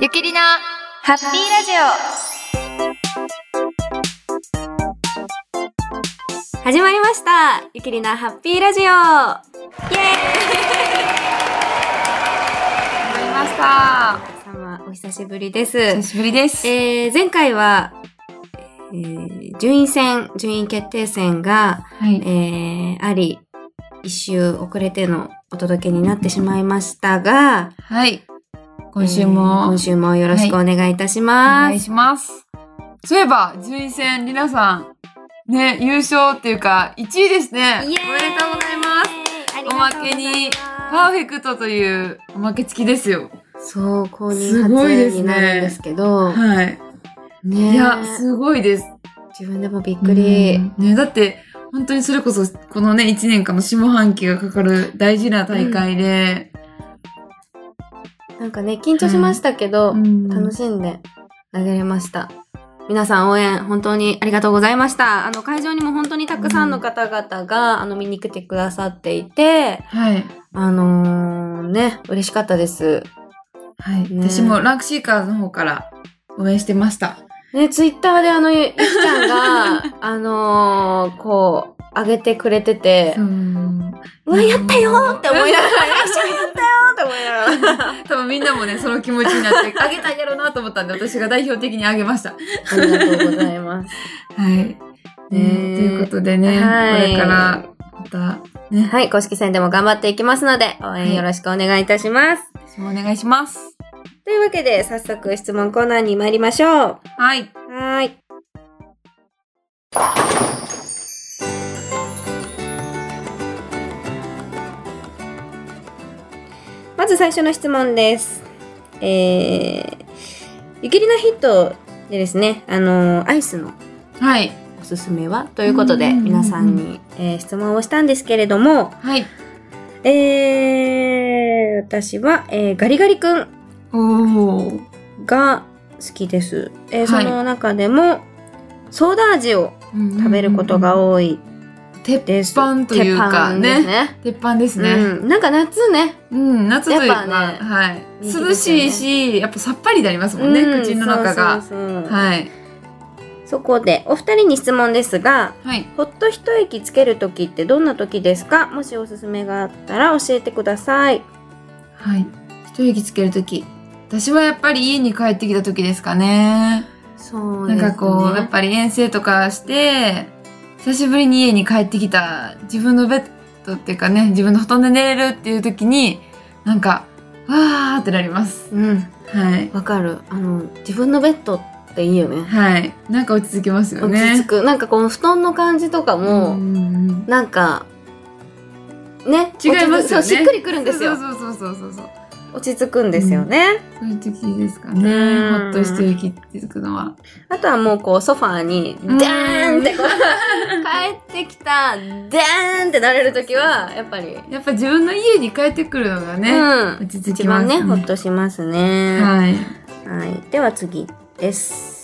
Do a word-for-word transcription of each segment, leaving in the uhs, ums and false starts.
ゆきりなハッピーラジオ始まりました。ゆきりなハッピーラジオイエーイオ始まりました。 皆様お久しぶりです。 久しぶりです。 えー、前回は、えー、順位戦順位決定戦が、 はいえー、あり一周遅れてのお届けになってしまいましたが、 はい今週も、 えー、今週もよろしくお願いいたします。 はい、お願いします。そういえば順位戦りなさんね優勝っていうかいちいですね。おめでとうございます。おまけにパーフェクトというおまけ付きですよ。 そう公認初になるんですけど、 はいね、いやすごいです。 自分でもびっくり、 ね、だって本当にそれこそこのねいちねんかんの下半期がかかる大事な大会で、 うん、なんかね緊張しましたけど、うん、楽しんで投げれました。皆さん応援本当にありがとうございました。あの会場にも本当にたくさんの方々が、うん、あの見に来てくださっていて、 はい、 あのー、ね嬉しかったです。 はい、ね、私もランクシーカーズの方から応援してました。 ね、ツイッターであのゆきちゃんがあのー、こう上げてくれてて、うわやったよーって思いながら、一緒にやったよーって思いながら、 多分みんなもねその気持ちになってあげたんやろうなと思ったんで私が代表的にあげました。 ありがとうございます。 はい。ねということでね、はい、これからまたね、 はい公式戦でも頑張っていきますので応援よろしくお願いいたします。 はい、私もお願いします。 というわけで早速質問コーナーに参りましょう。 はい。 はい。まず最初の質問です。えー、ゆきりなヒットでですね、あのー、アイスのおすすめは、はい、ということで皆さんに、えー、質問をしたんですけれども、 はい。 えー、私は、えー、ガリガリ君が好きです。えー、その中でも、はい、ソーダ味を食べることが多いです。 鉄板というかね。鉄板ですね。 うん、なんか夏ね。 うん、夏というか、やっぱね、はい。涼しいし、やっぱさっぱりになりますもんね、うん、口の中が。 そうそうそう。 はい。 そこでお二人に質問ですが、はい、ほっと一息つける時ってどんな時ですか？もしおすすめがあったら教えてください。 はい。一息つける時。私はやっぱり家に帰ってきた時ですかね。 そうですね。 なんかこうやっぱり遠征とかして久しぶりに家に帰ってきた自分のベッドっていうかね自分の布団で寝れるっていう時になんかわーってなります。 うん。 はい。 わかる。あの自分のベッドっていいよね。 はい。なんか落ち着きますよね。 落ち着く。なんかこの布団の感じとかもんなんかね違いますよね。 そうしっくりくるんですよ。 そうそうそうそうそう。 落ち着くんですよね。 うん、そういう時ですかね。ほっとして息つくのは。 あとはもうこうソファーにダーンってこう帰ってきたダーンってなれる時はやっぱりやっぱ自分の家に帰ってくるのがね、うん、落ち着きますね。 一番ねほっとしますね。 はい。 はい。では次です。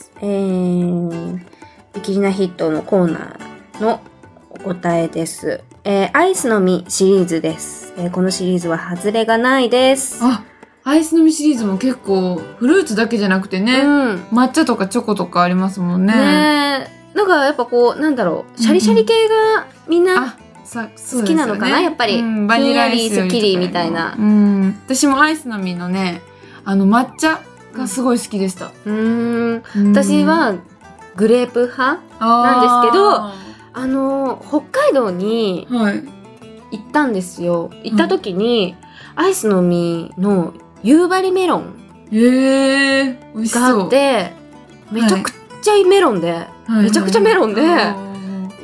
えー、ゆきりなヒットのコーナーのお答えです。えー、アイスの実シリーズです。えー、このシリーズは外れがないです。 あ、アイスの実シリーズも結構フルーツだけじゃなくてね、うん、抹茶とかチョコとかありますもんね。 ねえ、なんかやっぱこうなんだろうシャリシャリ系がみんな好きなのかな、うんうんね、やっぱり、うん、バニラアイススッキリみたいな。 うん、私もアイスの実のねあの抹茶がすごい好きでした。 うん、うん私はグレープ派なんですけど。あの北海道に行ったんですよ、はい、行った時に、うん、アイスの実の夕張メロンがあってめちゃくちゃメロンで、はい、めちゃくちゃメロンで、はい、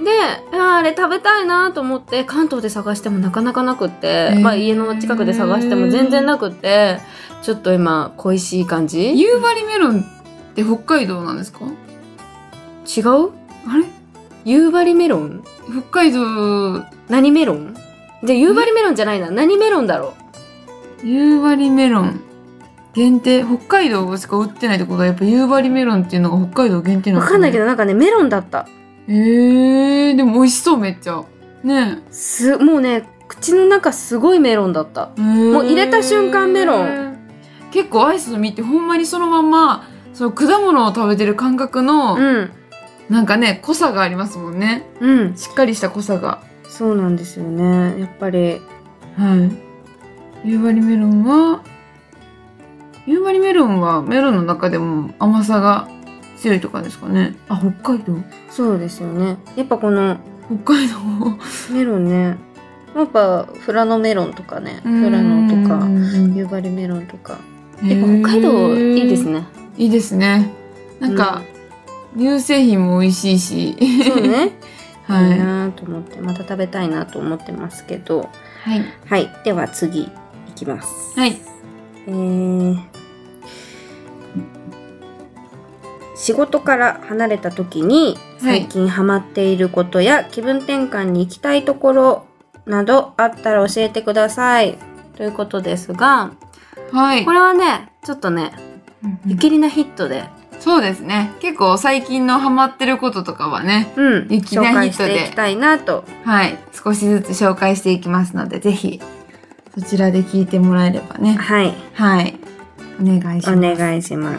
であれ食べたいなと思って関東で探してもなかなかなくって、まあ、家の近くで探しても全然なくってちょっと今恋しい感じ。 夕張メロンって北海道なんですか？ 違う？ あれ夕張メロン？ 北海道何メロン？じゃあ夕張メロンじゃないな。何メロンだろう？夕張メロン限定北海道しか売ってないってことはやっぱ夕張メロンっていうのが北海道限定なんですかね？ わかんないけどなんかねメロンだった。 えー、でも美味しそうめっちゃね。 すもうね口の中すごいメロンだった。もう入れた瞬間メロン。 結構アイスの実ってほんまにそのままその果物を食べてる感覚の、うん、なんかね濃さがありますもんね、うん、しっかりした濃さが。 そうなんですよねやっぱり。 はい。夕張メロンは夕張メロンはメロンの中でも甘さが強いとかですかね。あ、北海道。 そうですよね。やっぱこの北海道メロンね。やっぱ富良野メロンとかね、富良野とか夕張メロンとか。やっぱ北海道いいですね。 いいですね。なんか、うん、乳製品も美味しいし。 そうね。はい。いいなと思ってまた食べたいなと思ってますけど。 はい。 はい。では次いきます。 はい。 えー、仕事から離れた時に最近ハマっていることや気分転換に行きたいところなどあったら教えてくださいということですが、はい、これはねちょっとね、うんうん、ゆきりなヒットで。 そうですね。結構最近のハマってることとかはね、うん、ゆきりなヒットで紹介していきたいなと、 はい、少しずつ紹介していきますので、ぜひそちらで聞いてもらえればね。 はい。 はい。お願いします。 お願いします。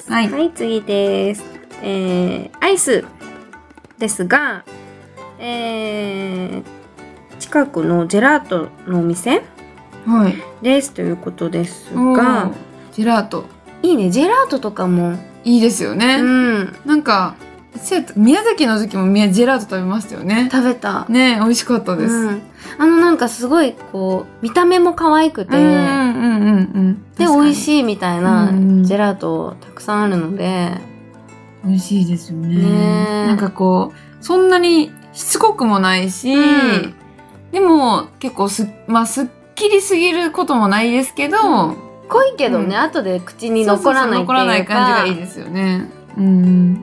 はい。はい、次です。えー、アイスですが、えー、近くのジェラートのお店、はい、ですということですが、 ジェラート。 いいね。ジェラートとかもいいですよね。うん。なんか、宮崎の時もジェラート食べましたよね。 食べた。 ね、美味しかったです。うん、 あのなんかすごいこう見た目も可愛くて、うんうんうんうん、で美味しいみたいなジェラートたくさんあるので、 美味しいですよね。ね、なんかこうそんなにしつこくもないし、うん、でも結構すまあすっきりすぎることもないですけど、うん、 濃いけどね、うん、後で口に残らないっていうか、 残らない感じがいいですよね。うん。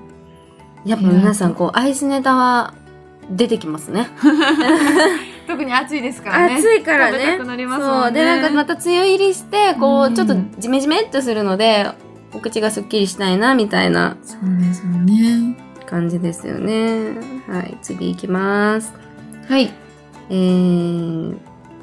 やっぱ皆さんこうアイスネタは出てきますね。 特に暑いですからね。 暑いからね。 食べたくなりますもんね。 そうでなんかまた梅雨入りしてこう、うん、ちょっとジメジメっとするのでお口がすっきりしたいなみたいな。 そうですよね。 感じですよね。はい、次いきます。 はい。 えー、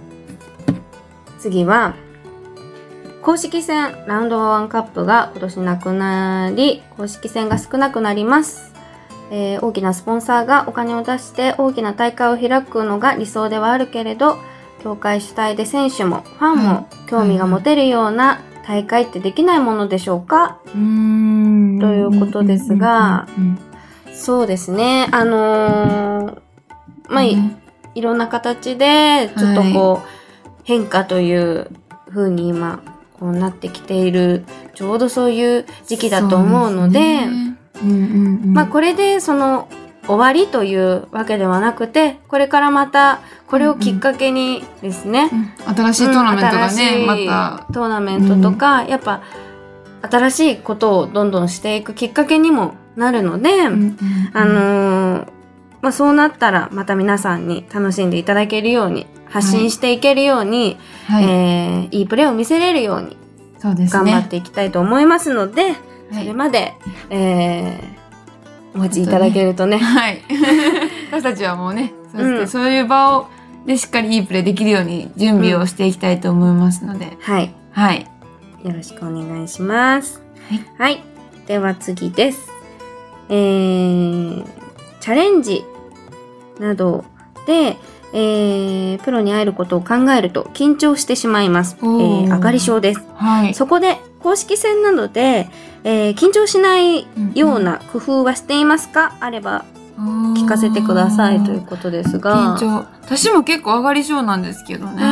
次は公式戦ラウンドワンカップが今年なくなり公式戦が少なくなります。えー、大きなスポンサーがお金を出して大きな大会を開くのが理想ではあるけれど、協会主体で選手もファンも興味が持てるような大会ってできないものでしょうか、うーんということですが、そうですね、あのー、まあ、い, いろんな形でちょっとこう、はい、変化という風に今こうなってきているちょうどそういう時期だと思うので、うんうんうん、まあこれでその終わりというわけではなくて、これからまたこれをきっかけにですね、 うんうん、新しいトーナメントがね、うん、またトーナメントとか、うん、やっぱ新しいことをどんどんしていくきっかけにもなるので、うんうんうん、あのー、まあそうなったらまた皆さんに楽しんでいただけるように発信していけるように、はい、えー、いいプレーを見せれるようにそうですね、 頑張っていきたいと思いますので、それまで、はい、えー、お待ちいただけるとね。 はい。私たちはもうね、そして、うん、そういう場をでしっかりいいプレーできるように準備をしていきたいと思いますので、うん、 はい。 はい。 よろしくお願いします。はい。はい、では次です。えー、チャレンジなどで、えー、プロに会えることを考えると緊張してしまいます。えー、上がり症です。はい。そこで公式戦などで、えー、緊張しないような工夫はしていますか、うんうん、あれば聞かせてくださいということですが。 緊張。私も結構上がり症なんですけどね。うん、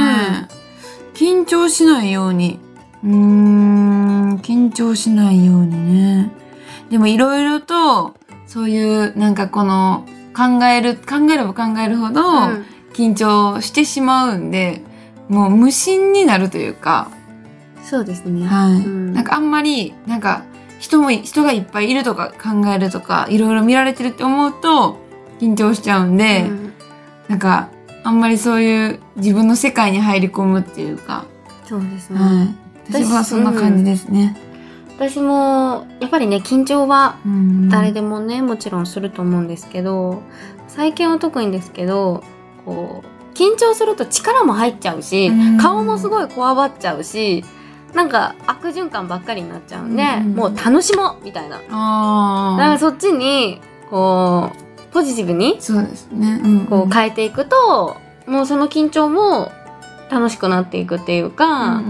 緊張しないように。うーん、緊張しないようにね。でもいろいろとそういうなんかこの考える考えれば考えるほど緊張してしまうんで、うん、もう無心になるというか。 そうですね。 はい。うん、なんかあんまりなんか人も人がいっぱいいるとか考えるとかいろいろ見られてるって思うと緊張しちゃうんで、うん、なんかあんまりそういう自分の世界に入り込むっていうか。 そうですね。 はい。私はそんな感じですね。 うん、私もやっぱりね緊張は誰でもね、うん、もちろんすると思うんですけど、最近は特にですけどこう緊張すると力も入っちゃうし、うん、顔もすごいこわばっちゃうし、 なんか悪循環ばっかりになっちゃうんで、うんうん、もう楽しもうみたいな。あ、だからそっちにこうポジティブにそうですね、うんうん、 こう変えていくと、もうその緊張も楽しくなっていくっていうか、うんうんうんうん、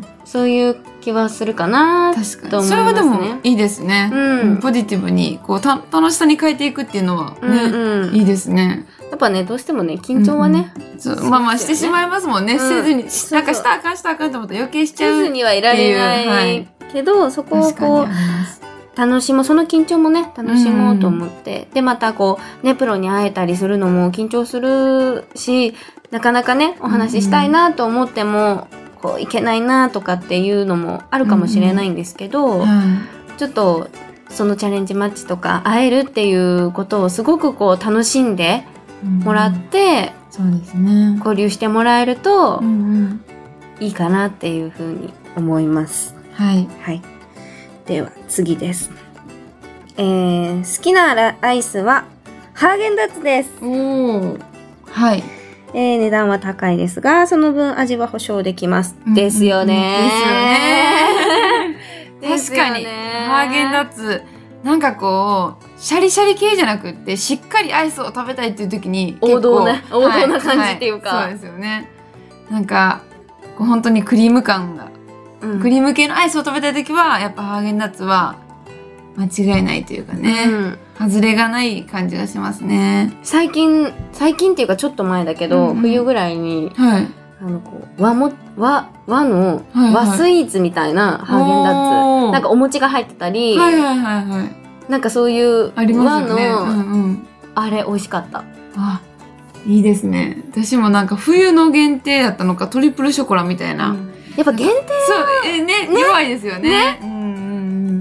そういう気はするかなと思いますね。確かにそれはでもいいですね、うん、ポジティブにこうた楽しさに変えていくっていうのはね、うんうん、いいですね。 やっぱね、どうしてもね、緊張はね、 うんうん、まあまあしてしまいますもんね、うん、せずに、なんかしたらあかんしたらあかんと思ったら余計しちゃうせずにはいられないけど、はい、そこをこう楽しもう、その緊張もね楽しもうと思って、うん、でまたこうねプロに会えたりするのも緊張するし、なかなかねお話ししたいなと思っても、うん、こういけないなとかっていうのもあるかもしれないんですけど、うんうん、ちょっとそのチャレンジマッチとか会えるっていうことをすごくこう楽しんでもらって、 うん、そうですね、 交流してもらえるといいかなっていうふうに思います。 はい、 はい、では次です。えー、好きなアイスはハーゲンダッツです。 おー、はい。 えー、値段は高いですが、その分味は保証できます。うん、ですよね。 ですよね。確かにハーゲンダッツなんかこうシャリシャリ系じゃなくってしっかりアイスを食べたいっていう時に王道な王道な感じっていうか、 はいはい、そうですよね。なんかこう本当にクリーム感が、うん、クリーム系のアイスを食べたい時はやっぱハーゲンダッツは間違いないというかね、うん、外れがない感じがしますね。 最近最近っていうかちょっと前だけど、うんうん、冬ぐらいに、はい、あのこう和も和和の和スイーツみたいなハーゲンダッツ、はいはい、なんかお餅が入ってたり、 はいはいはいはい、 なんかそういう和の あ,、 ねうんうん、 あれ美味しかった。 あ、いいですね。私もなんか冬の限定だったのかトリプルショコラみたいな、うん、 やっぱ限定はそうえ、ねね、弱いですよね。ね、うんうん、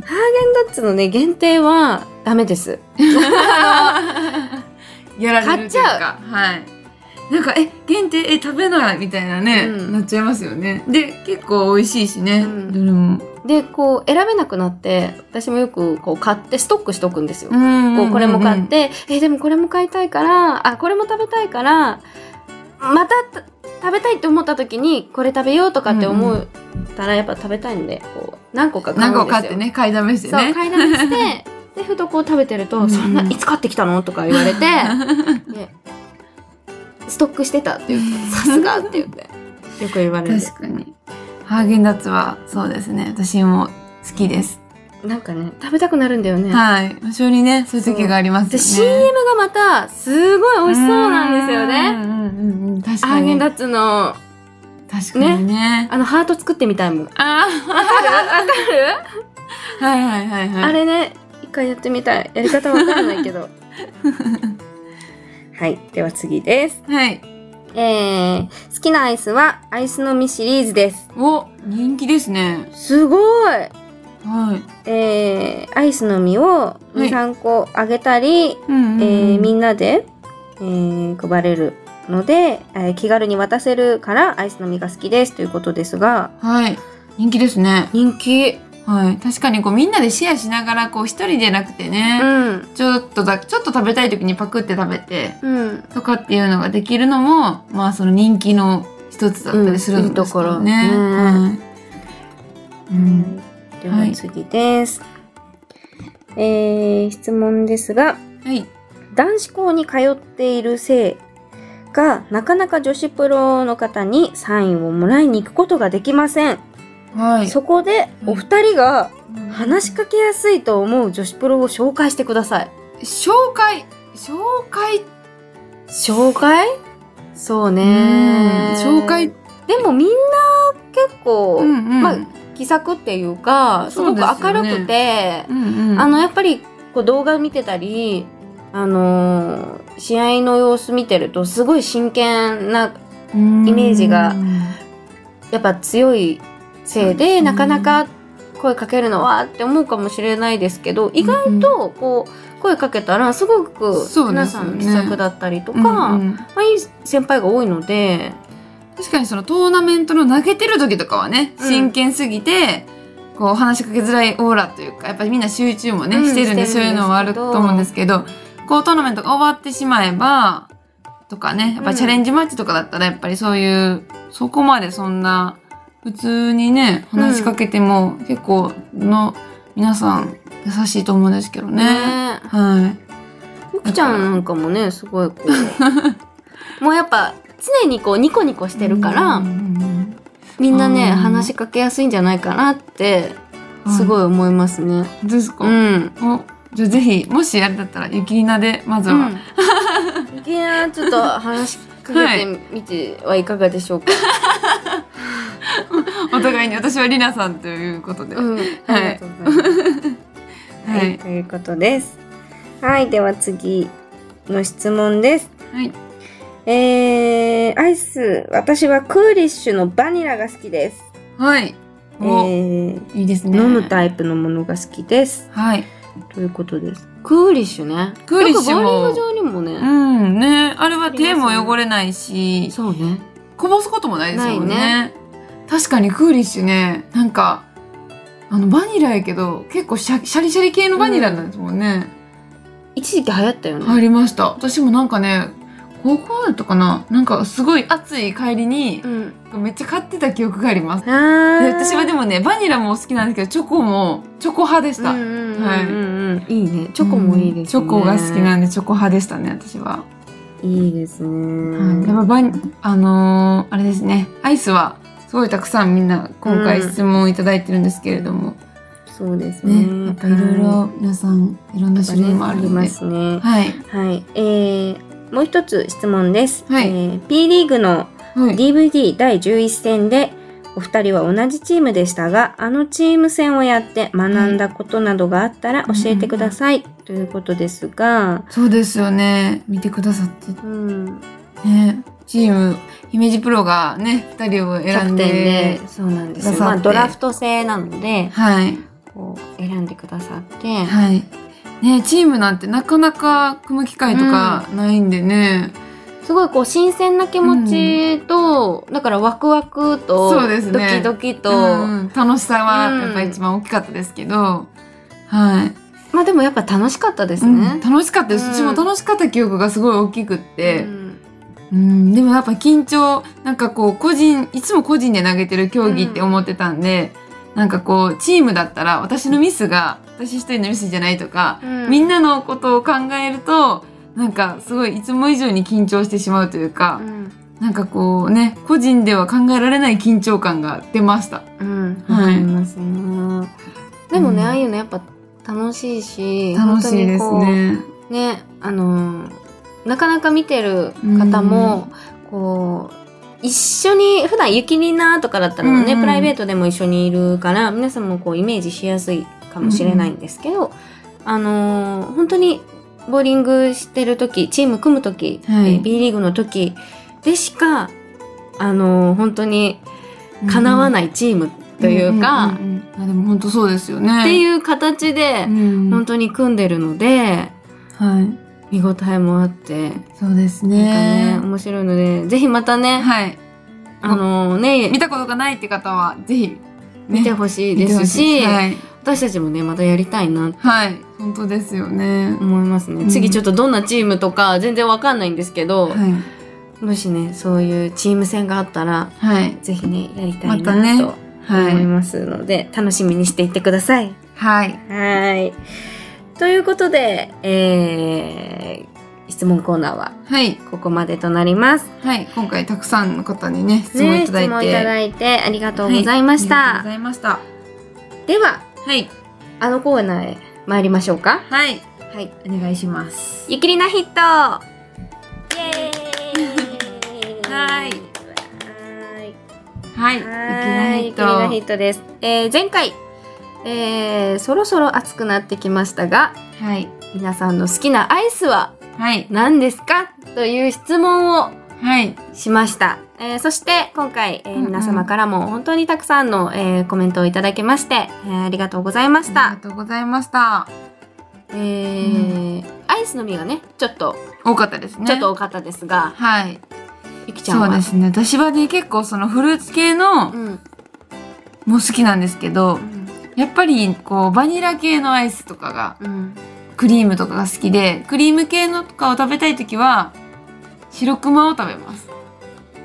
ハーゲンダッツのね限定はダメです。 やられるというか、はい。なんかえ限定え食べないみたいなね、うん、なっちゃいますよね。で結構美味しいしね、うん、どれも。 でこう選べなくなって私もよくこう買ってストックしとくんですよ。うんこうこれも買ってえでもこれも買いたいからあこれも食べたいからまた食べたいって思った時にこれ食べようとかって思ったらやっぱ食べたいんでこう何個か買うんですよ。 何個買ってね買いだめしてね。 そう買いだめしてでふとこう食べてると、うん、そんないつ買ってきたのとか言われてでストックしてたって言ってさすがって言ってよく言われる。 確かにハーゲンダッツはそうですね私も好きです。 なんかね食べたくなるんだよね。 はい無性にねそういう時がありますよね。 シーエム がまたすごい美味しそうなんですよね。うんうんうん、確かにハーゲンダッツの確かに ね, ねあのハート作ってみたいもん。 あーわかるわかるはいはいはいはい。 あれね一回やってみたい。やり方わからないけどはいでは次です。 はい、 えー、好きなアイスはアイスの実シリーズです。 お人気ですね。 すごい。 はい、 えー、アイスの実をに、さんこあげたり、はいうんうんうん、えー、みんなで、えー、配れるので、えー、気軽に渡せるからアイスの実が好きですということですが、 はい人気ですね。 人気。 はい、確かにこうみんなでシェアしながらこう一人でなくてね、うん、ちょっとだちょっと食べたい時にパクって食べて、うん、とかっていうのができるのもまあその人気の一つだったりするんですからね。うんうんうん、では次です。はい、えー、質問ですが、 はい、 男子校に通っている生がなかなか女子プロの方にサインをもらいに行くことができません。はい、そこでお二人が話しかけやすいと思う女子プロを紹介してください。 紹介紹介紹介そうね紹介でもみんな結構、うんうん、まあ気さくっていうかすごく明るくて、うんうん、あのやっぱりこう動画見てたりあのー、試合の様子見てるとすごい真剣なイメージがやっぱ強いせいで、うん、なかなか声かけるのはって思うかもしれないですけど、意外とこう声かけたらすごく皆さん気さくだったりとか、うんうんまあ、いい先輩が多いので、 確かにそのトーナメントの投げてる時とかはね、うん、真剣すぎてこう話しかけづらいオーラというかやっぱりみんな集中もね、うん、してるんでそういうのはあると思うんですけど、こうトーナメントが終わってしまえばとかねやっぱりチャレンジマッチとかだったらやっぱりそういうそこまでそんな普通にね話しかけても、うん、結構の皆さん優しいと思うんですけどね。ねはい。 ゆきちゃんなんかもねすごいこうもうやっぱ常にこうニコニコしてるから、うん、みんなね話しかけやすいんじゃないかなってすごい思いますね。 本当ですか？うん。お、じゃあぜひもしやるだったらゆきりなでまずは、うん、 ゆきりなちょっと話しかけてみてはいかがでしょうか。 お互いに私はりなさんということで、うん、はい、ありがとうございます。 はい、ということです。はい、では次の質問です。はい。えー、アイス、私はクーリッシュのバニラが好きです。 はい。 えー、いいですね。飲むタイプのものが好きです。はい。ということです。クーリッシュね。クーリッシュも。ボウリング場にもね。 うんね。あれは手も汚れないし。そうね。こぼすこともないですもんね。ないね。確かにクーリッシュね。なんか、あの、バニラやけど、結構シャシャリシャリ系のバニラなんですもんね。 うん、一時期流行ったよね。 流行りました。私もなんかね、高校だったかな、なんかすごい暑い帰りに、うん、めっちゃ買ってた記憶があります。で私はでもねバニラも好きなんですけどチョコもチョコ派でした。 いいね、チョコもいいですね、 うん、チョコが好きなんでチョコ派でしたね私は。 いいですね、 はい、やっぱバニあのー、あれですね、アイスはすごいたくさんみんな今回質問をいただいてるんですけれども、うん、 そうですね、 ね、やっぱいろいろ皆さんいろんな種類もあるので、ね、ありますね。はい、はい、えーもう一つ質問です。はい、えー、P リーグの ディーブイディーだいじゅういっ戦でお二人は同じチームでしたが、あのチーム戦をやって学んだことなどがあったら教えてください、うんうんうん、ということですが。 そうですよね。見てくださって、うん、ね、チーム姫路プロがねふたりを選んで、 でそうなんですよ、まあ、ドラフト制なので、はい、こう選んでくださって、 はいね、チームなんてなかなか組む機会とかないんでね、 うん、すごいこう新鮮な気持ちと、うん、だからワクワクとそうです、ね、ドキドキと、 うん、楽しさはやっぱり一番大きかったですけど、うん、はい、 まあでもやっぱ楽しかったですね、 うん、楽しかったです、うん、私も楽しかった記憶がすごい大きくって、うんうん、でもやっぱ緊張なんかこう個人いつも個人で投げてる競技って思ってたんで、うん、なんかこうチームだったら私のミスが私一人のミスじゃないとか、うん、みんなのことを考えるとなんかすごいいつも以上に緊張してしまうというか、うん、なんかこうね個人では考えられない緊張感が出ました。 うん、はい、わかりますね。でもね、うん、ああいうのやっぱ楽しいし楽しいですね。 ね、あのなかなか見てる方も、うん、こう一緒に普段ゆきりなとかだったらね、うんうん、プライベートでも一緒にいるから皆さんもこうイメージしやすいかもしれないんですけど、うん、あのー、本当にボーリングしてる時チーム組む時、はい、B リーグの時でしかあのー、本当に叶わないチームというか、 うんうんうんうん、でも本当そうですよねっていう形で本当に組んでるので、うん、はい、見応えもあってそうですね、 なんかね面白いのでぜひまたね、はい、あのー、ね見たことがないって方はぜひ、ね、 見てほしいですし、はい、私たちもねまたやりたいなって、 はい、本当ですよね思いますね、うん、次ちょっとどんなチームとか全然わかんないんですけど、はい、もしねそういうチーム戦があったら、はい、ぜひねやりたいな、ま、と思いますので、はい、楽しみにしていってください。 はいはいということで、えー、質問コーナーはここまでとなります。 はい、今回たくさんの方にね質問いただいて、ね、質問いただいてありがとうございました。 はい、ありがとうございました。 では、はい、あのコーナーへ参りましょうか。 はい、はい、お願いします。 ゆきりなヒット。イエーイ。 はい。 はい、ゆきりなヒット。ゆきりなヒットです。えー、前回。えー、そろそろ暑くなってきましたが、はい、皆さんの好きなアイスは何ですか、はい、という質問をしました、はい、えー、そして今回、えーうんうん、皆様からも本当にたくさんの、えー、コメントをいただきまして、えー、ありがとうございました。 ありがとうございました。 えーうん、アイスの実がねちょっと多かったですね。 ちょっと多かったですが、 はい、 ゆきちゃんは。 そうですね、私はね結構そのフルーツ系の、うん、も好きなんですけど、うん、やっぱりこうバニラ系のアイスとかが、うん、クリームとかが好きでクリーム系のとかを食べたいときは白クマを食べます。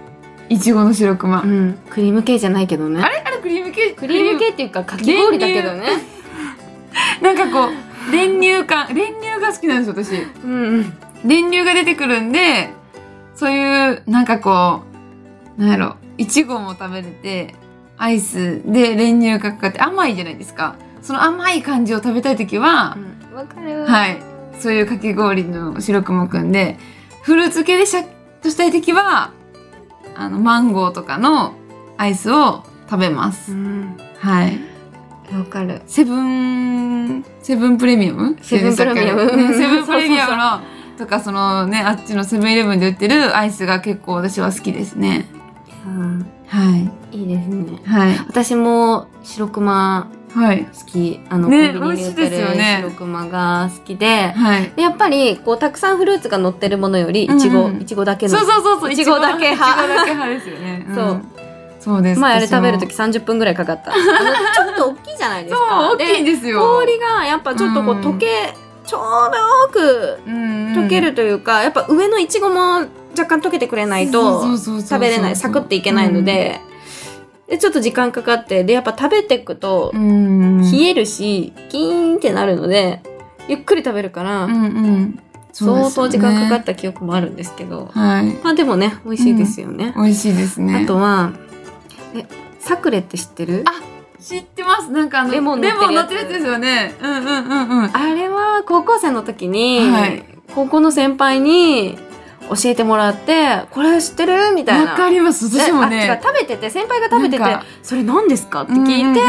いちごの白熊、 うん、クリーム系じゃないけどね。 あれあれクリーム系クリーム系っていうかかき氷だけどね。 なんかこう練乳感練乳が好きなんですよ私、うん、練乳が出てくるんでそういうなんかこうなんやろいちごも食べれてアイスで練乳がかかって甘いじゃないですか。その甘い感じを食べたいときは、 うん、わかる。 はい、そういうかき氷の白熊くんで、フルーツ系でシャッとしたいときはあのマンゴーとかのアイスを食べます。うん、はい。 わかる。 セブンセブンプレミアム？ セブンプレミアム。 ね、セブンプレミアムのとかそのねあっちのセブンイレブンで売ってるアイスが結構私は好きですね。うん、はい。 いいですね。 はい。 私も白熊好き、あの、 ね、 コンビニに売ってる白熊が好きで、はい、でやっぱりこうたくさんフルーツが乗ってるものよりいちご、いちごだけの、 そうそうそうそう、 いちごだけ派、 いちごだけ派ですよね。うん、そう。 そうです。前あれ食べるときさんじゅっぷんぐらいかかった。あのちょっと大きいじゃないですか。 そう、大きいんですよ。 氷がやっぱちょっとこう溶け、ちょうど多く溶けるというか、やっぱ上のいちごも若干溶けてくれないと食べれない、サクっていけないので。でちょっと時間かかってでやっぱ食べていくと冷えるしキーンってなるのでゆっくり食べるから、うんうん、相当時間かかった記憶もあるんですけど、はい、まあでもね美味しいですよね、 うん、美味しいですね。 あとはえサクレって知ってる？ あ、知ってます。なんかあのレモン乗ってるやつですよね。うんうんうんうん。 あれは高校生の時に、はい、高校の先輩に教えてもらってこれ知ってるみたいな。 わかります。私もね食べてて先輩が食べててそれ何ですかって聞いて、うんうんうん、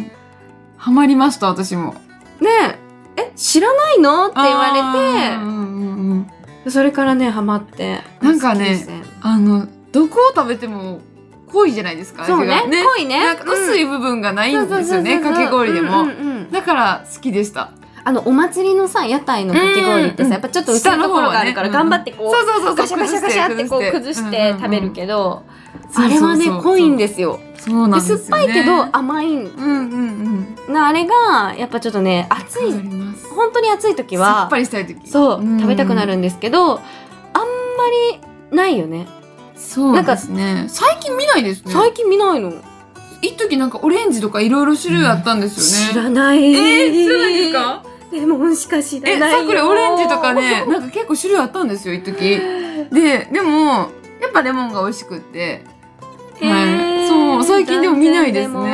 ハマりました私も。 ねえ知らないのって言われて、うんうんうん、それからねハマってなんかねあのどこを食べても濃いじゃないですか。 そうね、ね濃いね。 なんか薄い部分がないんですよね、かき氷でも、うんうんうん、だから好きでした。 あのお祭りのさ屋台のかき氷ってさ、うん、やっぱちょっと薄いところがあるから頑張ってこうガシャガシャガシャってこう崩して食べるけど、あれはね濃いんですよ。 そうなんですよね。 酸っぱいけど甘いん、うんうんうん、なあれがやっぱちょっとね熱い本当に熱い時はさっぱりしたい時そう、うん、食べたくなるんですけどあんまりないよね。 そうですね。最近見ないですね。 最近見ないの。 一時なんかオレンジとかいろいろ種類あったんですよね。 知らない。 えー、知らないですか？ レモンしか知らないよ。 え、さくれオレンジとかね、なんか結構種類あったんですよ一時。で、でもやっぱレモンが美味しくって、はい、そう最近でも見ないですね。うん、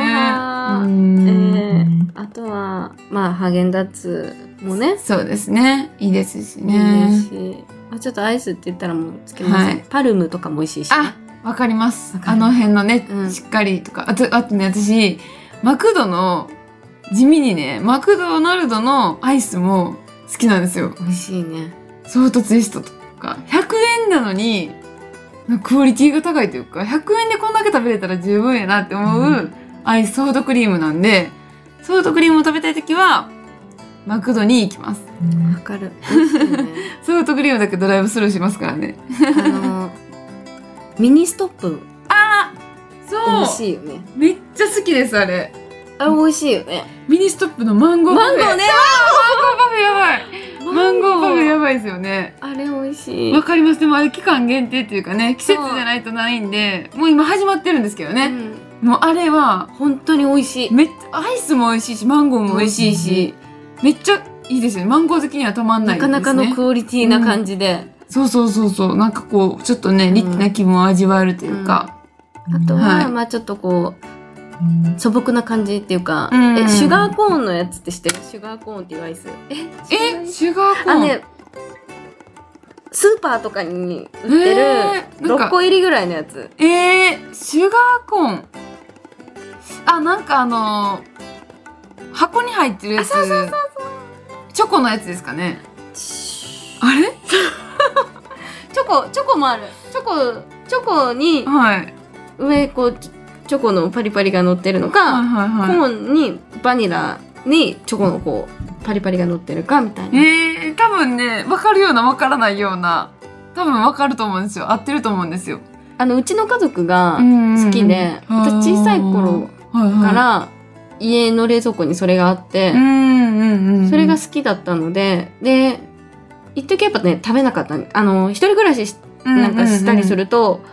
えー、あとはまあハーゲンダッツもね。 そうですね。いいですしね。いいし、 あちょっとアイスって言ったらもうつけません。はい、パルムとかも美味しいし、ね。 あ、わかります。あの辺のね、うん、しっかりとか、あとあとね私マクドの地味にねマクドナルドのアイスも好きなんですよ。 美味しいね。 ソフトツイストとかひゃくえんなのにクオリティが高いというかひゃくえんでこんだけ食べれたら十分やなって思うアイスソフトクリームなんで、ソフトクリームを食べたいときはマクドに行きます。 わかる。美味しいね。 ソフトクリームだけドライブスルーしますからね。 あのミニストップ。 あ、そう。 美味しいよね。 めっちゃ好きですあれ。 あれ美味しいよね。 ミニストップのマンゴーパフェ。 マンゴーね。 マンゴーパフェやばい。マンゴーパフェやばいですよね。 あれ美味しい。 わかります。でもあれ期間限定っていうかね、季節じゃないとないんで、もう今始まってるんですけどね。うん、もうあれは本当に美味しい。 めっちゃアイスも美味しいし、マンゴーも美味しいし、めっちゃいいですよね。マンゴー好きにはたまんないですね。 なかなかのクオリティな感じで。 うん、そうそうそうそう。なんかこうちょっとね、リッチな気分を味わえるというか。 うん、あとは、はい、まあちょっとこう。素朴な感じっていうか、うん、えシュガーコーンのやつって知ってる？シュガーコーンっていうアイス。 ええシュガーコーン。 あね、スーパーとかに売ってるろっこ入りぐらいのやつ。 えー、シュガーコーン。あ、なんかあのー、箱に入ってるやつ。そうそうそうそう。チョコのやつですかね。あれ？ チョコチョコもある。チョコチョコに上こう。チョコのパリパリが乗ってるのか、はいはいはい、コーンにバニラにチョコのこうパリパリが乗ってるかみたいな。 えー、多分ね分かるような分からないような多分分かると思うんですよ。合ってると思うんですよ。 あのうちの家族が好きで、私小さい頃から家の冷蔵庫にそれがあって、それが好きだったので、で一時やっぱね食べなかった。あの一人暮らしなんかしたりすると、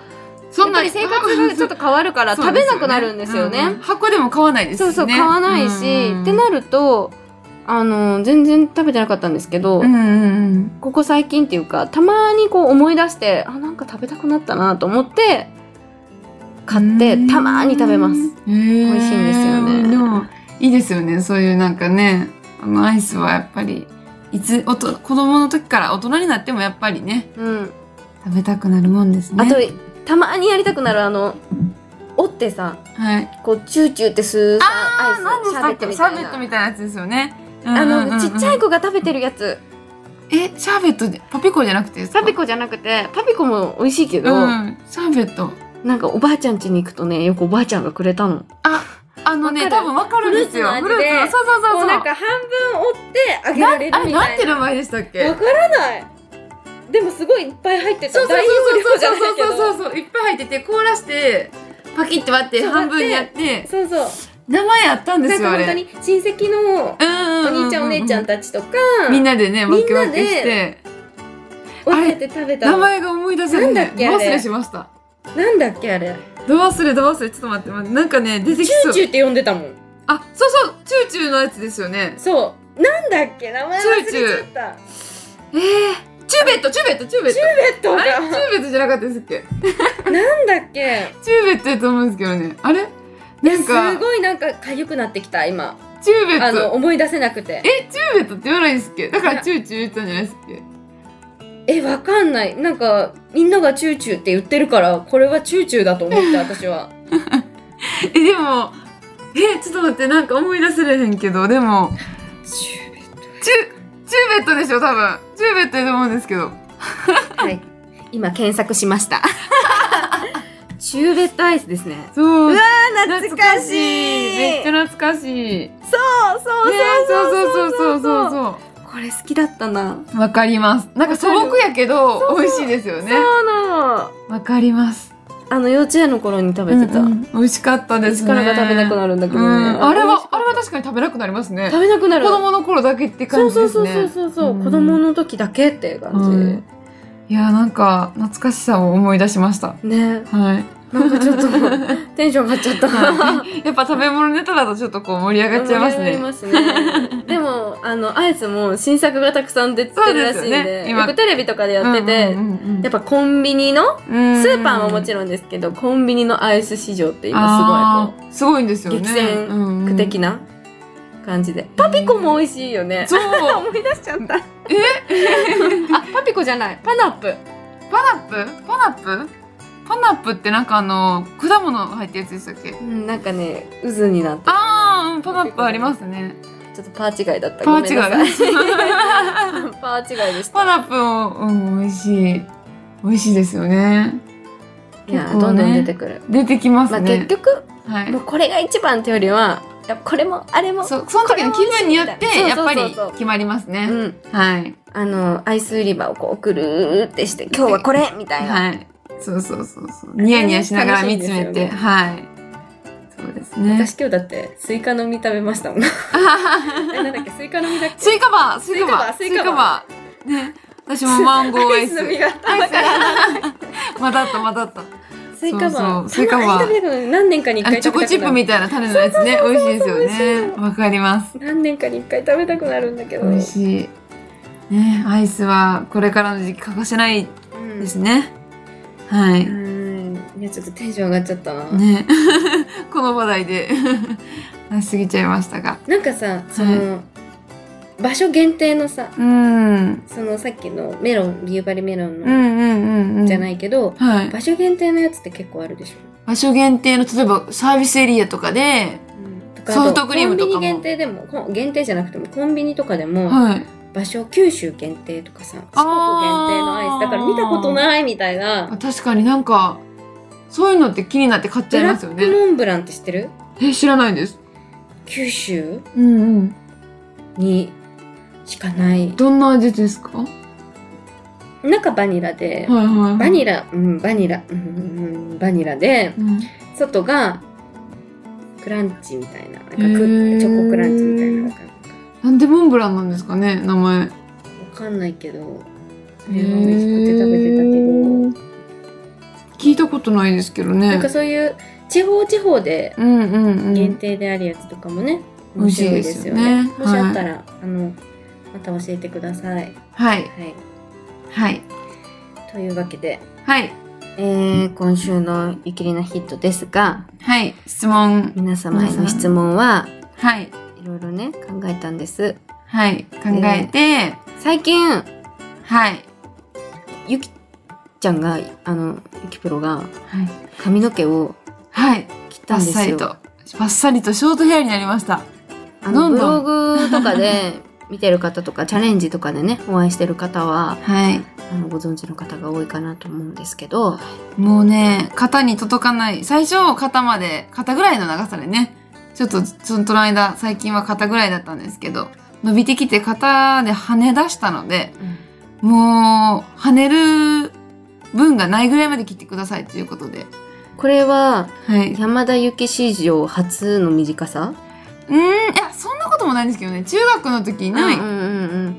そんなに生活がちょっと変わるから食べなくなるんですよね。 うんうん、箱でも買わないですよね。 そうそう買わないし、うんうん、ってなるとあの全然食べてなかったんですけど、うんうんうん、ここ最近っていうかたまにこう思い出してあなんか食べたくなったなと思って買ってたまに食べます。美味しいんですよね。 でもいいですよねそういうなんかねあのアイスはやっぱりいつおと子供の時から大人になってもやっぱりね、うん、食べたくなるもんですね。 あとたまにやりたくなるあの折ってさ、はい、こうチューチューって吸うさアイスシャーベットみたいなシャーベットみたいなやつですよね。 うんうんうんうん、あのちっちゃい子が食べてるやつ。 えシャーベットでパピコじゃなくてですか？ パピコじゃなくてパピコも美味しいけど、うん、 シャーベットなんかおばあちゃん家に行くとねよくおばあちゃんがくれたの。 ああのね多分わかるんですよ。 フルーツの味でそうそうそうそうなんか半分折ってあげられるみたいな。あれなんて名前でしたっけ？ わからない。でもすごいいっぱい入ってた。 そうそうそうそうそうそうそういっぱい入ってて凍らしてパキッて割って半分にやってそうそう名前あったんですよ。あれなんか本当に親戚のお兄ちゃんお姉ちゃんたちとかみんなでね分け分けして分けて食べたの。 名前が思い出せない。なんだっけあれ。忘れしました。 なんだっけあれ。 ど忘れど忘れちょっと待ってなんかね出てきそう。 チューチューって呼んでたもん。 あそうそうチューチューのやつですよね。 そうなんだっけ名前忘れちゃった。チューチューえーチューベットチューベットチューベットチューベットあれチューベットじゃなかったですっけ？ なんだっけチューベットやと思うんですけどね。あれなんかすごいなんか痒くなってきた今。 チューベットあの思い出せなくて。 えチューベットって言わないですっけ？だからチューチュー言ったんじゃないですっけ？ えわかんないなんかみんながチューチューって言ってるからこれはチューチューだと思って私は。 えでもえちょっと待ってなんか思い出せれへんけどでもチューベットチュチューベットでしょ多分チューベットだと思うんですけどはい今検索しましたチューベットアイスですね。 そううわー懐かしいめっちゃ懐かしい。 そうそうそうそうそうそうそうそうこれ好きだったな。 わかります。なんか素朴やけど美味しいですよね。 そうなのわかります。 あの幼稚園の頃に食べてた、うんうん、 美味しかったですね。 力が食べなくなるんだけどね、うん、 あれはあれは確かに食べなくなりますね。 食べなくなる。 子供の頃だけって感じですね。 そうそうそうそうそう、うん、子供の時だけっていう感じ、うん、 いやなんか懐かしさを思い出しましたね。 はいなんかちょっとテンション上がっちゃった、 はい、やっぱ食べ物ネタだとちょっとこう盛り上がっちゃいますね。 盛り上がりますねでもあのアイスも新作がたくさん出てるらしいん で, で、ね、よくテレビとかでやってて、うんうんうんうん、やっぱコンビニのスーパーももちろんですけどコンビニのアイス市場って今すごいこうすごいんですよね。 激戦区的な感じで、うんうん、パピコも美味しいよね。 そう思い出しちゃった。 えあパピコじゃないパナップパナップパナップパナップってなんかあの果物が入ったやつでしたっけ？ うん、なんかね渦になってああパナップありますね。 ちょっとパー違いだった。 パー違いパー違いでした。 パナップも、うん、美味しい美味しいですよね。 いや、ね、どんどん出てくる出てきますね。 まあ、結局、 はい、 もうこれが一番ってよりはやっぱこれもあれもそ, その時の気分によってやっぱり決まりますね。うん、はいあのアイス売り場をこうくるってして今日はこれみたいな、 はいそうそうそうそうニヤニヤしながら見つめて、ね、はいそうですね。 私今日だってスイカの実食べましたもん。えなんだっけスイカの実だっけ？ スイカバースイカバースイカバーね私もマンゴーアイス。アイスの実がまだあったまだあった。 スイカバーそうそうスイカバー何年かに一回チョコチップみたいな種のやつね美味しいですよね。わかります。 何年かに一回食べたくなるんだけど。 美味しいねアイスはこれからの時期欠かせないですね。うんはい。 うんいやちょっとテンション上がっちゃったな。 ねこの話題で出しすぎちゃいましたが。 なんかさその、はい、場所限定のさ、うん、そのさっきのメロンビューバリメロンの、うんうんうんうん、じゃないけど、はい、場所限定のやつって結構あるでしょ。 場所限定の例えばサービスエリアとかで、うん、とかソフトクリームとかもコンビニ限定でも限定じゃなくてもコンビニとかでも。はい場所九州限定とかさ四国限定のアイスだから見たことないみたいな。 確かになんかそういうのって気になって買っちゃいますよね。 ブラックモンブランって知ってる？ え知らないです。 九州、 うんうん、 にしかない。 どんな味ですか？ 中バニラで、はいはいはい、バニラ、うん、バニラ、うん、バニラで、うん、外がクランチみたいな、なんかチョコクランチみたいな。 なんでモンブランなんですかね名前。わかんないけどそれは美味しくて食べてたけど聞いたことないですけどね。 なんかそういう地方地方で限定であるやつとかもね、うんうんうん、面白いですよね。もしあったら、はい、あのまた教えてください。 はいはい、 はい、 というわけで、 はい、 えー、今週のゆきりなヒットですが、 はい、質問、 皆様への質問は、 はい、いろいろね考えたんです。 はい、考えて、 最近、 はい、 ゆきちゃんがあのゆきプロが髪の毛をはい切ったんですよ。 バッサリとバッサリとショートヘアになりました。 あのブログとかで見てる方とかチャレンジとかでねお会いしてる方は、 はい、 あのご存知の方が多いかなと思うんですけど、 もうね肩に届かない、最初肩まで肩ぐらいの長さでね、ちょっとその間最近は肩ぐらいだったんですけど、伸びてきて肩で跳ね出したので、うん、もう跳ねる分がないぐらいまで切ってくださいということで、 これは、 はい、 山田ゆき史上初の短さ？ うーん、いやそんなこともないんですけどね、中学の時に、うんうんうん、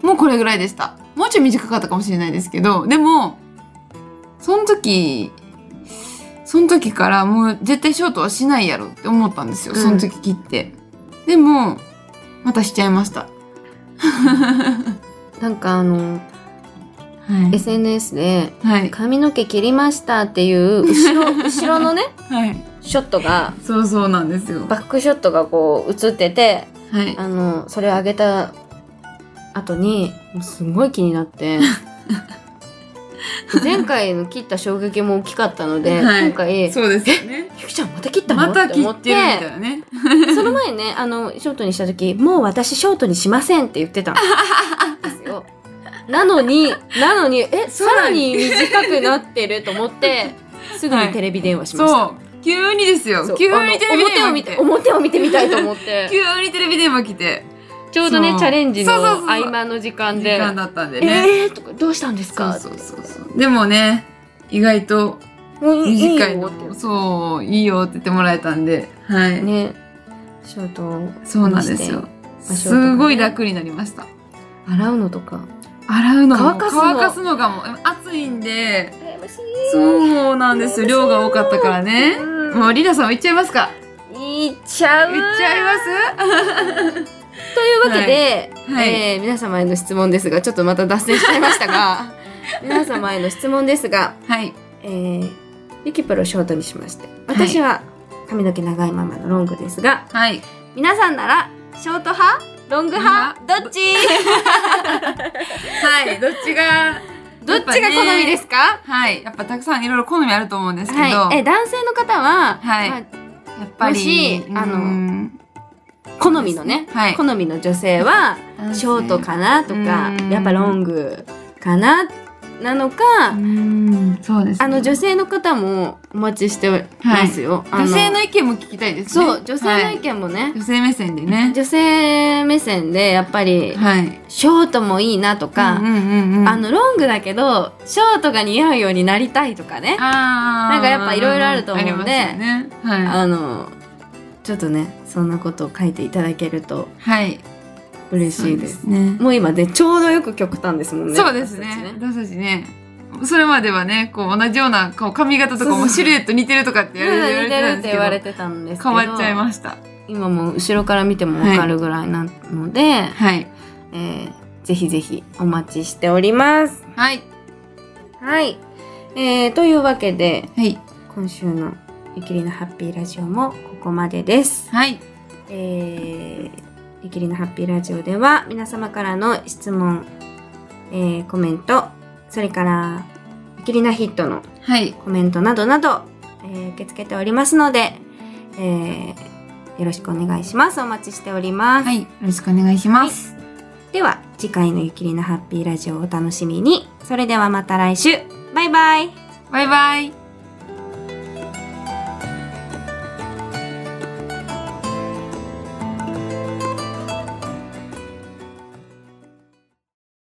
もうこれぐらいでした。もうちょい短かったかもしれないですけど、でもその時その時からもう絶対ショートはしないやろって思ったんですよ、その時切って、うん、でもまたしちゃいましたなんかあの、はい、エスエヌエス で、 はい、 髪の毛切りましたっていう後ろ、後ろのね、 はい、 ショットがそうそうなんですよ、 バックショットがこう映ってて、 はい、 あのそれを上げた後にすごい気になって前回の切った衝撃も大きかったので、はい、今回そうですよね、 ゆきちゃんまた切ったの？ また切ってるみたいなねその前ねあのショートにした時もう私ショートにしませんって言ってたんですよなのになのにえさらに短くなってると思ってすぐにテレビ電話しました、はい、 そう急にですよ、急にテレビ電話来て表を見てみたいと思って急にテレビ電話来て、 ちょうどねチャレンジの合間の時間で時間だったんでね、 えーとかどうしたんですか？ そうそうそうそう、でもね意外と短いのもそういいよって言ってもらえたんで、はいね、ショートそうなんですよ、すごい楽になりました。 洗うのとか洗うのも乾かすの乾かすのがもう暑いんで、そうなんですよ、量が多かったからね、うん、もうリナさんは言っちゃいますか？ 言っちゃう言っちゃいますというわけで、はいはい、えー、皆様への質問ですが、ちょっとまた脱線しちゃいましたが皆様への質問ですが、 はい、 えー、ゆきプロショートにしまして、私は髪の毛長いままのロングですが、 はい、 皆さんならショート派？ロング派？どっちはい、どっちがどっちが好みですか？ はい、やっぱたくさんいろいろ好みあると思うんですけど、 はい、え男性の方は、 はい、 まあ、 やっぱりもしあの好みのね、はい、好みの女性はショートかなとか、やっぱロングかななのか、 うんそうですね、 あの女性の方もお待ちしてますよ、 はい、女性の意見も聞きたいですね。 そう、女性の意見もね、はい、 女性目線でね、 女性目線でやっぱり、はい、ショートもいいなとか、うんうんうんうん、あのロングだけどショートが似合うようになりたいとかね、あなんかやっぱいろいろあると思うんで、 ね、はい、 あのちょっとねそんなことを書いていただけると、 はい、 嬉しいです。ね、もう今でちょうどよく極端ですもんね。 そうですね。私たちね、それまではね、こう同じようなこう髪型とかもシルエット似てるとかって言われてたんですけど、似てるって言われてたんですけど、変わっちゃいました。今も後ろから見てもわかるぐらいなので、はい、えー、ぜひぜひお待ちしております。 はい、 はい、えー、というわけで、 はい、 今週のゆきりのハッピーラジオもここまでです。 はい、 えーゆきりのハッピーラジオでは皆様からの質問、えー、コメント、それからゆきりなヒットのコメントなどなど、はい、えー、受け付けておりますので、えー、よろしくお願いします。お待ちしております。 はい、よろしくお願いします。 はい、では次回のゆきりのハッピーラジオをお楽しみに。それではまた来週。バイバイ。 バイバイ。